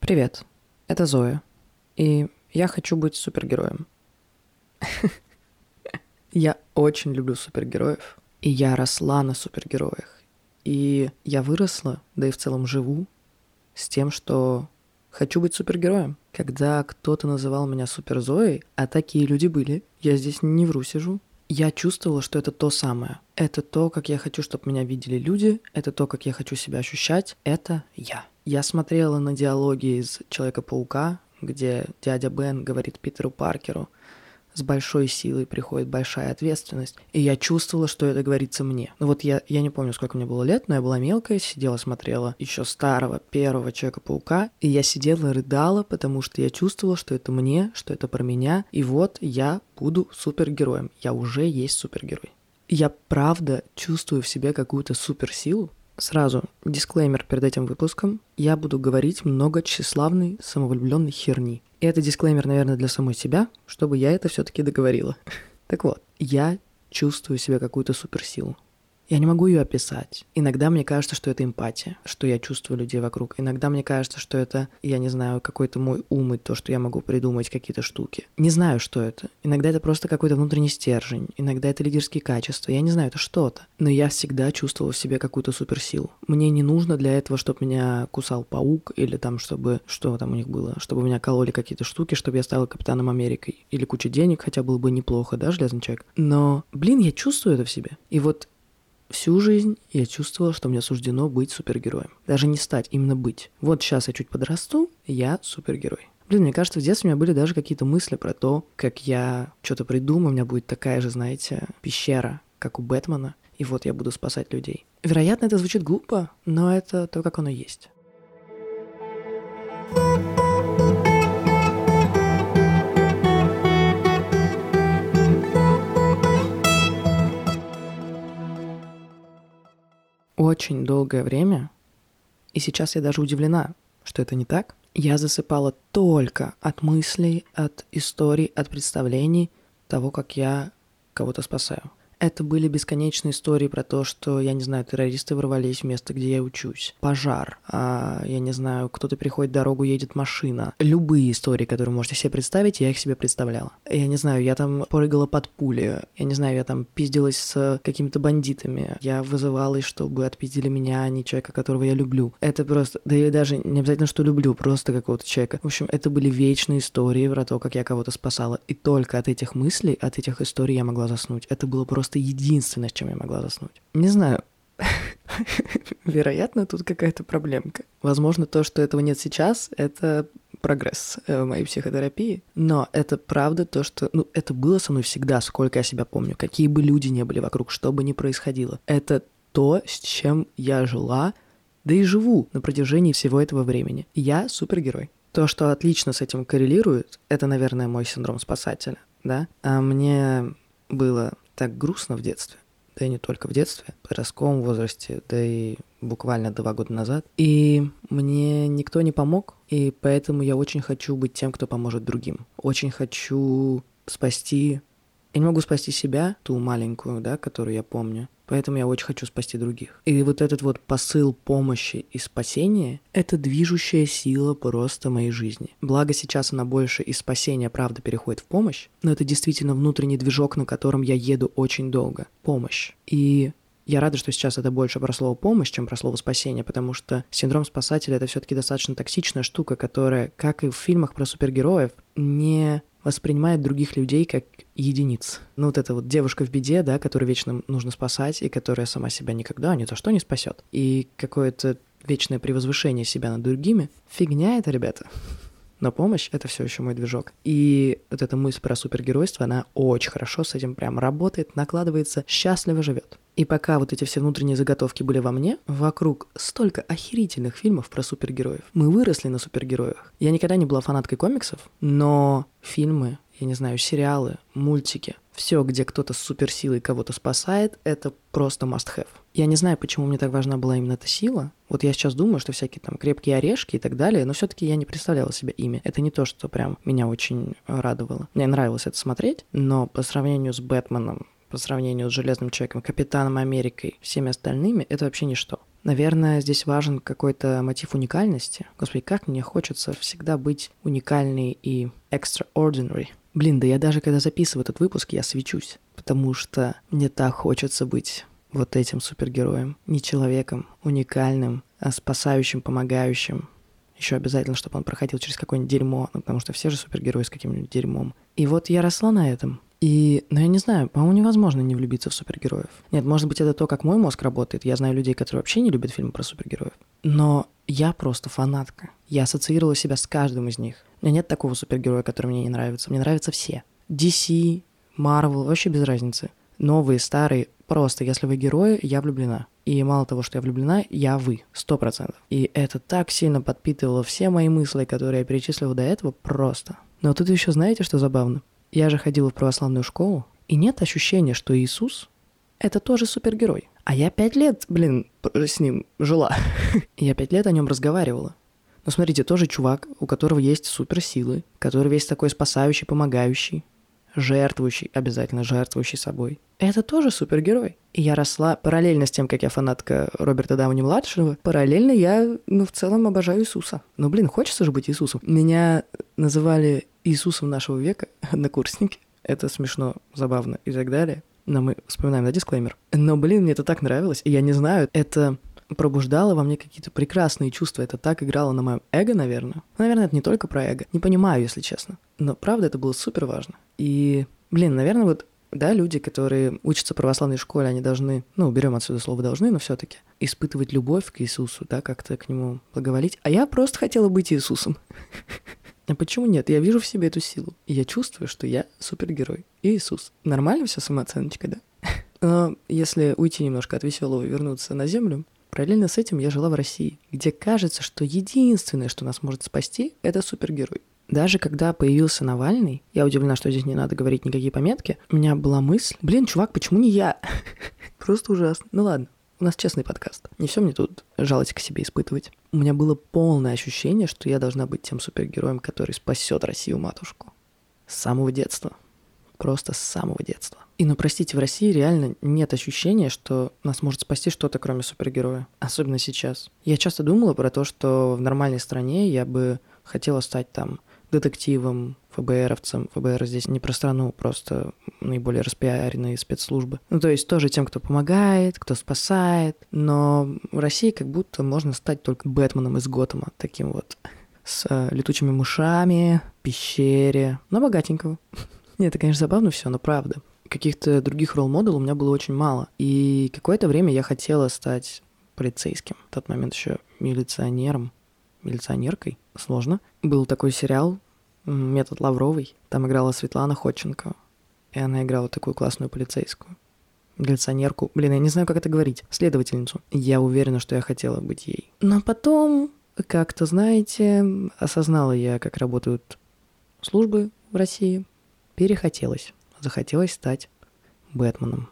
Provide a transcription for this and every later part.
Привет, это Зоя, и я хочу быть супергероем. Я очень люблю супергероев, и я росла на супергероях. И я выросла, да и в целом живу, с тем, что хочу быть супергероем. Когда кто-то называл меня суперзоей, а такие люди были, я здесь не вру сижу, я чувствовала, что это то самое. Это то, как я хочу, чтобы меня видели люди, это то, как я хочу себя ощущать, это я. Я смотрела на диалоги из «Человека-паука», где дядя Бен говорит Питеру Паркеру: «С большой силой приходит большая ответственность». И я чувствовала, что это говорится мне. Ну вот я не помню, сколько мне было лет, но я была мелкая, сидела, смотрела еще старого первого Человека-паука, и я сидела и рыдала, потому что я чувствовала, что это мне, что это про меня, и вот я буду супергероем. Я уже есть супергерой. Я правда чувствую в себе какую-то суперсилу. Сразу дисклеймер перед этим выпуском. Я буду говорить много тщеславной, самовлюбленной херни. И это дисклеймер, наверное, для самой себя, чтобы я это все-таки договорила. Так вот, я чувствую в себе какую-то суперсилу. Я не могу ее описать. Иногда мне кажется, что это эмпатия, что я чувствую людей вокруг. Иногда мне кажется, что это, я не знаю, какой-то мой ум и то, что я могу придумать какие-то штуки. Не знаю, что это. Иногда это просто какой-то внутренний стержень. Иногда это лидерские качества. Я не знаю, это что-то. Но я всегда чувствовала в себе какую-то суперсилу. Мне не нужно для этого, чтобы меня кусал паук, или там, чтобы... Что там у них было? Чтобы меня кололи какие-то штуки, чтобы я стала Капитаном Америкой. Или куча денег, хотя было бы неплохо, да, Железный человек? Но, я чувствую это в себе. И вот всю жизнь я чувствовала, что мне суждено быть супергероем. Даже не стать, именно быть. Вот сейчас я чуть подрасту, я супергерой. Мне кажется, в детстве у меня были даже какие-то мысли про то, как я что-то придумаю, у меня будет такая же, знаете, пещера, как у Бэтмена, и вот я буду спасать людей. Вероятно, это звучит глупо, но это то, как оно есть. Очень долгое время, и сейчас я даже удивлена, что это не так, я засыпала только от мыслей, от историй, от представлений того, как я кого-то спасаю. Это были бесконечные истории про то, что, я не знаю, террористы ворвались в место, где я учусь. Пожар. Я не знаю, кто-то переходит дорогу, едет машина. Любые истории, которые можете себе представить, я их себе представляла. Я не знаю, я там прыгала под пули. Я не знаю, я там пиздилась с какими-то бандитами. Я вызывалась, чтобы отпиздили меня, а не человека, которого я люблю. Это просто... Да или даже не обязательно, что люблю, просто какого-то человека. В общем, это были вечные истории про то, как я кого-то спасала. И только от этих мыслей, от этих историй я могла заснуть. Это было просто единственное, с чем я могла заснуть. Не знаю. Вероятно, тут какая-то проблемка. Возможно, то, что этого нет сейчас, это прогресс моей психотерапии. Но это правда то, что... это было со мной всегда, сколько я себя помню. Какие бы люди ни были вокруг, что бы ни происходило. Это то, с чем я жила, да и живу на протяжении всего этого времени. Я супергерой. То, что отлично с этим коррелирует, это, наверное, мой синдром спасателя, да? А мне было так грустно в детстве, да и не только в детстве, в подростковом возрасте, да и буквально 2 года назад. И мне никто не помог, и поэтому я очень хочу быть тем, кто поможет другим. Очень хочу спасти... Я не могу спасти себя, ту маленькую, да, которую я помню, поэтому я очень хочу спасти других. И вот этот вот посыл помощи и спасения — это движущая сила просто моей жизни. Благо сейчас она больше из спасения, правда, переходит в помощь, но это действительно внутренний движок, на котором я еду очень долго. Помощь. И я рада, что сейчас это больше про слово «помощь», чем про слово «спасение», потому что синдром спасателя — это все-таки достаточно токсичная штука, которая, как и в фильмах про супергероев, не воспринимает других людей как единиц. Вот эта вот девушка в беде, да, которую вечно нужно спасать, и которая сама себя никогда ни за что не спасет. И какое-то вечное превозвышение себя над другими. Фигня это, ребята. Но помощь — это все еще мой движок. И вот эта мысль про супергеройство, она очень хорошо с этим прям работает, накладывается, счастливо живет. И пока вот эти все внутренние заготовки были во мне, вокруг столько охерительных фильмов про супергероев. Мы выросли на супергероях. Я никогда не была фанаткой комиксов, но фильмы, я не знаю, сериалы, мультики, все, где кто-то с суперсилой кого-то спасает, это просто must-have. Я не знаю, почему мне так важна была именно эта сила. Вот я сейчас думаю, что всякие там крепкие орешки и так далее, но все-таки я не представляла себе ими. Это не то, что прям меня очень радовало. Мне нравилось это смотреть, но по сравнению с Бэтменом, по сравнению с Железным человеком, Капитаном Америкой, всеми остальными, это вообще ничто. Наверное, здесь важен какой-то мотив уникальности. Господи, как мне хочется всегда быть уникальной и extraordinary. Блин, да я даже когда записываю этот выпуск, я свечусь, потому что мне так хочется быть вот этим супергероем. Не человеком, уникальным, а спасающим, помогающим. Еще обязательно, чтобы он проходил через какое-нибудь дерьмо, потому что все же супергерои с каким-нибудь дерьмом. И вот я росла на этом. Но я не знаю, по-моему, невозможно не влюбиться в супергероев. Нет, может быть, это то, как мой мозг работает. Я знаю людей, которые вообще не любят фильмы про супергероев. Но я просто фанатка. Я ассоциировала себя с каждым из них. У меня нет такого супергероя, который мне не нравится. Мне нравятся все. DC, Marvel, вообще без разницы. Новые, старые. Просто, если вы герои, я влюблена. И мало того, что я влюблена, я вы. 100%. И это так сильно подпитывало все мои мысли, которые я перечислил до этого, просто. Но тут еще знаете, что забавно? Я же ходила в православную школу, и нет ощущения, что Иисус — это тоже супергерой. А я 5 лет, с ним жила. Я 5 лет о нем разговаривала. Но смотрите, тоже чувак, у которого есть суперсилы, который весь такой спасающий, помогающий, жертвующий, обязательно жертвующий собой. Это тоже супергерой. И я росла параллельно с тем, как я фанатка Роберта Дауни-младшего, параллельно я, в целом обожаю Иисуса. Хочется же быть Иисусом. Меня называли Иисусом нашего века, однокурсники. Это смешно, забавно и так далее. Но мы вспоминаем, дисклеймер. Но, мне это так нравилось. И я не знаю, это пробуждало во мне какие-то прекрасные чувства. Это так играло на моем эго, наверное. Наверное, это не только про эго. Не понимаю, если честно. Но, правда, это было супер важно. И, наверное, люди, которые учатся в православной школе, они должны, уберем отсюда слово «должны», но все-таки испытывать любовь к Иисусу, как-то к нему благоволить. А я просто хотела быть Иисусом. А почему нет? Я вижу в себе эту силу. И я чувствую, что я супергерой. Иисус. Нормально все самооценочка, да? Но если уйти немножко от веселого и вернуться на землю, параллельно с этим я жила в России, где кажется, что единственное, что нас может спасти, это супергерой. Даже когда появился Навальный, я удивлена, что здесь не надо говорить никакие пометки, у меня была мысль, чувак, почему не я? Просто ужасно. Ну ладно, у нас честный подкаст. Не все мне тут жалость к себе испытывать. У меня было полное ощущение, что я должна быть тем супергероем, который спасет Россию-матушку. С самого детства. Просто с самого детства. И, простите, в России реально нет ощущения, что нас может спасти что-то, кроме супергероя. Особенно сейчас. Я часто думала про то, что в нормальной стране я бы хотела стать детективом, ФБРовцем. ФБР здесь не про страну, просто наиболее распиаренные спецслужбы. То есть тоже тем, кто помогает, кто спасает. Но в России как будто можно стать только Бэтменом из Готэма, таким с летучими мышами, пещере, но богатенького. Нет, это, конечно, забавно все, но правда. Каких-то других ролл-моделов у меня было очень мало. И какое-то время я хотела стать полицейским. В тот момент еще милиционеркой. Сложно. Был такой сериал «Метод Лавровой». Там играла Светлана Ходченкова. И она играла такую классную полицейскую. Милиционерку. Я не знаю, как это говорить. Следовательницу. Я уверена, что я хотела быть ей. Но потом, как-то, знаете, осознала я, как работают службы в России. Перехотелось. Захотелось стать Бэтменом.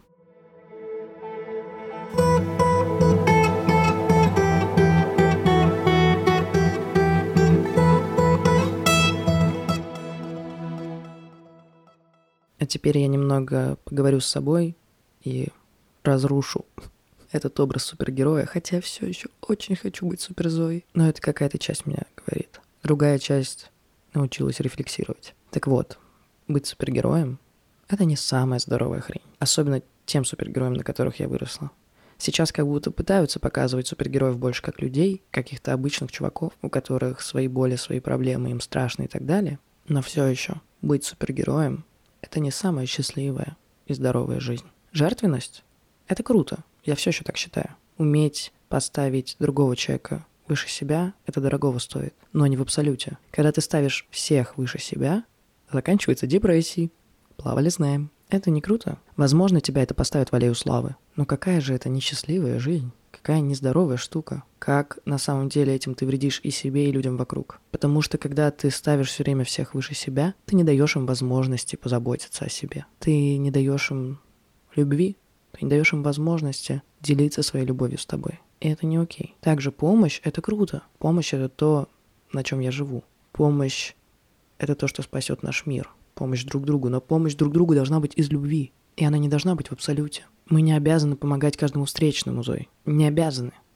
А теперь я немного поговорю с собой и разрушу этот образ супергероя, хотя все еще очень хочу быть суперзоей. Но это какая-то часть меня говорит. Другая часть научилась рефлексировать. Так вот, быть супергероем — это не самая здоровая хрень. Особенно тем супергероям, на которых я выросла. Сейчас как будто пытаются показывать супергероев больше как людей, каких-то обычных чуваков, у которых свои боли, свои проблемы, им страшно и так далее. Но все еще быть супергероем — это не самая счастливая и здоровая жизнь. Жертвенность — это круто, я все еще так считаю. Уметь поставить другого человека выше себя — это дорогого стоит, но не в абсолюте. Когда ты ставишь всех выше себя, заканчивается депрессией. Плавали, знаем. Это не круто. Возможно, тебя это поставит в аллею славы. Но какая же это несчастливая жизнь? Какая нездоровая штука. Как на самом деле этим ты вредишь и себе, и людям вокруг. Потому что когда ты ставишь все время всех выше себя, ты не даешь им возможности позаботиться о себе. Ты не даешь им любви. Ты не даешь им возможности делиться своей любовью с тобой. И это не окей. Также помощь — это круто. Помощь — это то, на чем я живу. Помощь — это то, что спасет наш мир. Помощь друг другу. Но помощь друг другу должна быть из любви. И она не должна быть в абсолюте. Мы не обязаны помогать каждому встречному, Зой. Не обязаны.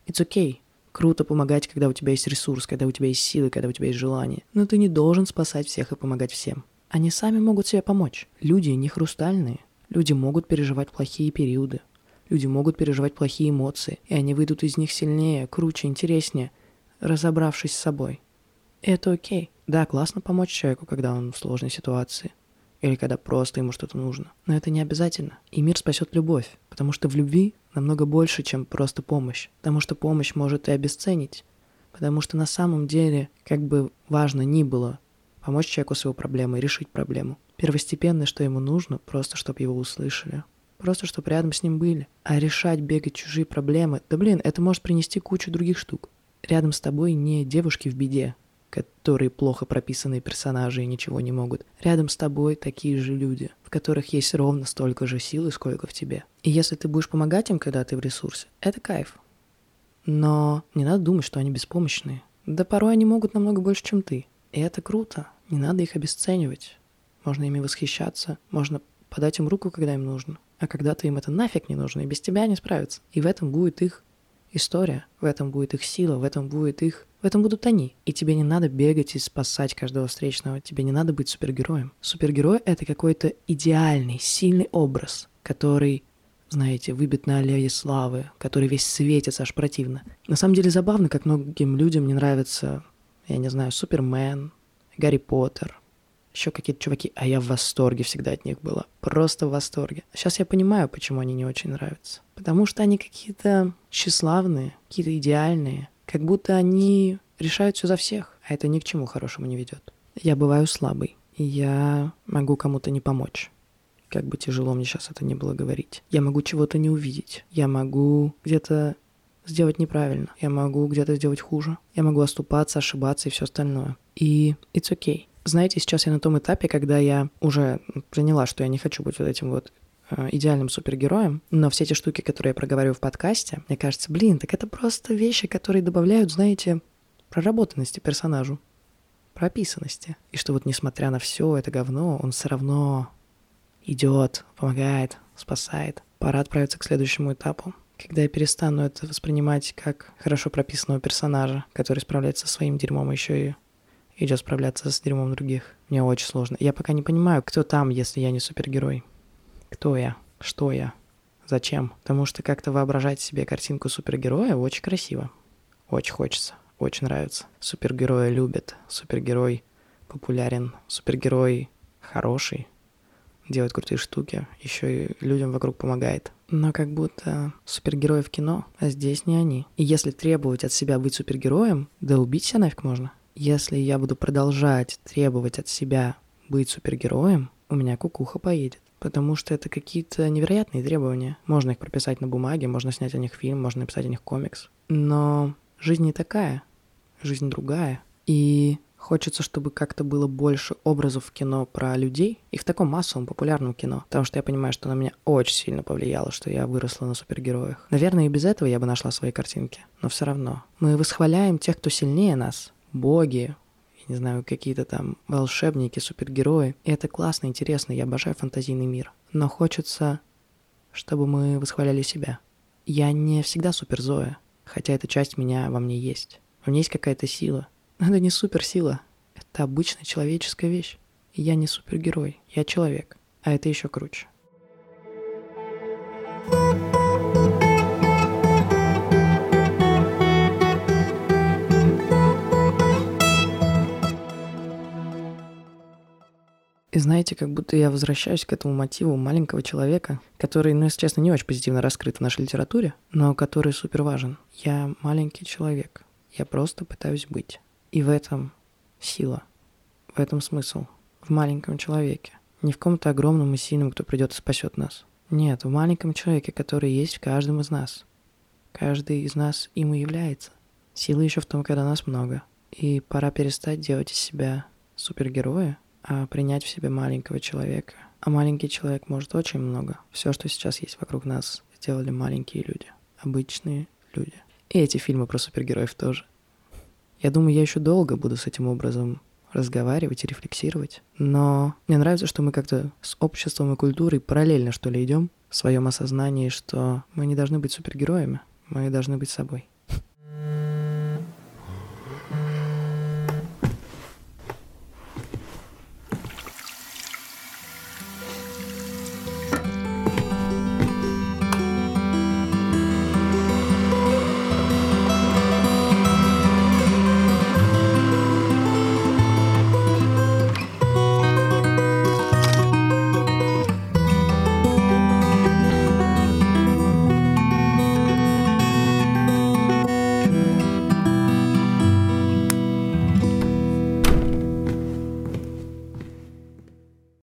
It's okay. Круто помогать, когда у тебя есть ресурс, когда у тебя есть силы, когда у тебя есть желание. Но ты не должен спасать всех и помогать всем. Они сами могут себе помочь. Люди не хрустальные. Люди могут переживать плохие периоды. Люди могут переживать плохие эмоции, и они выйдут из них сильнее, круче, интереснее, разобравшись с собой. И это окей. Да, классно помочь человеку, когда он в сложной ситуации. Или когда просто ему что-то нужно. Но это не обязательно. И мир спасет любовь. Потому что в любви намного больше, чем просто помощь. Потому что помощь может и обесценить. Потому что на самом деле, как бы важно ни было, помочь человеку с его проблемой, решить проблему. Первостепенное, что ему нужно, просто чтобы его услышали. Просто чтобы рядом с ним были. А решать, бегать чужие проблемы, да блин, это может принести кучу других штук. Рядом с тобой не девушки в беде, которые плохо прописанные персонажи и ничего не могут. Рядом с тобой такие же люди, в которых есть ровно столько же силы, сколько в тебе. И если ты будешь помогать им, когда ты в ресурсе, это кайф. Но не надо думать, что они беспомощные. Да порой они могут намного больше, чем ты. И это круто. Не надо их обесценивать. Можно ими восхищаться, можно подать им руку, когда им нужно. А когда-то им это нафиг не нужно, и без тебя они справятся. И в этом будет их история, в этом будет их сила, в этом будут они. И тебе не надо бегать и спасать каждого встречного, тебе не надо быть супергероем. Супергерой — это какой-то идеальный, сильный образ, который, знаете, выбит на аллее славы, который весь светится, аж противно. На самом деле забавно, как многим людям не нравится, я не знаю, Супермен, Гарри Поттер, еще какие-то чуваки, а я в восторге всегда от них была. Просто в восторге. Сейчас я понимаю, почему они не очень нравятся. Потому что они какие-то тщеславные, какие-то идеальные. Как будто они решают все за всех, а это ни к чему хорошему не ведет. Я бываю слабый, и я могу кому-то не помочь. Как бы тяжело мне сейчас это ни было говорить. Я могу чего-то не увидеть. Я могу где-то сделать неправильно. Я могу где-то сделать хуже. Я могу оступаться, ошибаться и все остальное. И it's okay. Знаете, сейчас я на том этапе, когда я уже поняла, что я не хочу быть вот этим вот идеальным супергероем, но все эти штуки, которые я проговариваю в подкасте, мне кажется, так это просто вещи, которые добавляют, знаете, проработанности персонажу, прописанности. И что вот несмотря на все это говно, он все равно идет, помогает, спасает. Пора отправиться к следующему этапу, когда я перестану это воспринимать как хорошо прописанного персонажа, который справляется со своим дерьмом, еще и идет справляться с дерьмом других. Мне очень сложно. Я пока не понимаю, кто там, если я не супергерой. Кто я? Что я? Зачем? Потому что как-то воображать себе картинку супергероя очень красиво. Очень хочется. Очень нравится. Супергероя любят. Супергерой популярен. Супергерой хороший. Делает крутые штуки. Еще и людям вокруг помогает. Но как будто супергерои в кино, а здесь не они. И если требовать от себя быть супергероем, да убить себя нафиг можно. Если я буду продолжать требовать от себя быть супергероем, у меня кукуха поедет. Потому что это какие-то невероятные требования. Можно их прописать на бумаге, можно снять о них фильм, можно написать о них комикс. Но жизнь не такая. Жизнь другая. И хочется, чтобы как-то было больше образов в кино про людей. И в таком массовом, популярном кино. Потому что я понимаю, что на меня очень сильно повлияло, что я выросла на супергероях. Наверное, и без этого я бы нашла свои картинки. Но все равно. Мы восхваляем тех, кто сильнее нас. Боги, я не знаю, какие-то там волшебники, супергерои. И это классно, интересно, я обожаю фантазийный мир. Но хочется, чтобы мы восхваляли себя. Я не всегда суперзоя, хотя эта часть меня во мне есть. У меня есть какая-то сила. Но это не суперсила, это обычная человеческая вещь. И я не супергерой, я человек. А это еще круче. И знаете, как будто я возвращаюсь к этому мотиву маленького человека, который, если честно, не очень позитивно раскрыт в нашей литературе, но который супер важен. Я маленький человек. Я просто пытаюсь быть. И в этом сила. В этом смысл. В маленьком человеке. Не в ком-то огромном и сильном, кто придет и спасет нас. Нет, в маленьком человеке, который есть в каждом из нас. Каждый из нас им и является. Сила еще в том, когда нас много. И пора перестать делать из себя супергероя, а принять в себе маленького человека. А маленький человек может очень много. Все, что сейчас есть вокруг нас, сделали маленькие люди. Обычные люди. И эти фильмы про супергероев тоже. Я думаю, я еще долго буду с этим образом разговаривать и рефлексировать. Но мне нравится, что мы как-то с обществом и культурой параллельно, что ли, идем в своем осознании, что мы не должны быть супергероями, мы должны быть собой.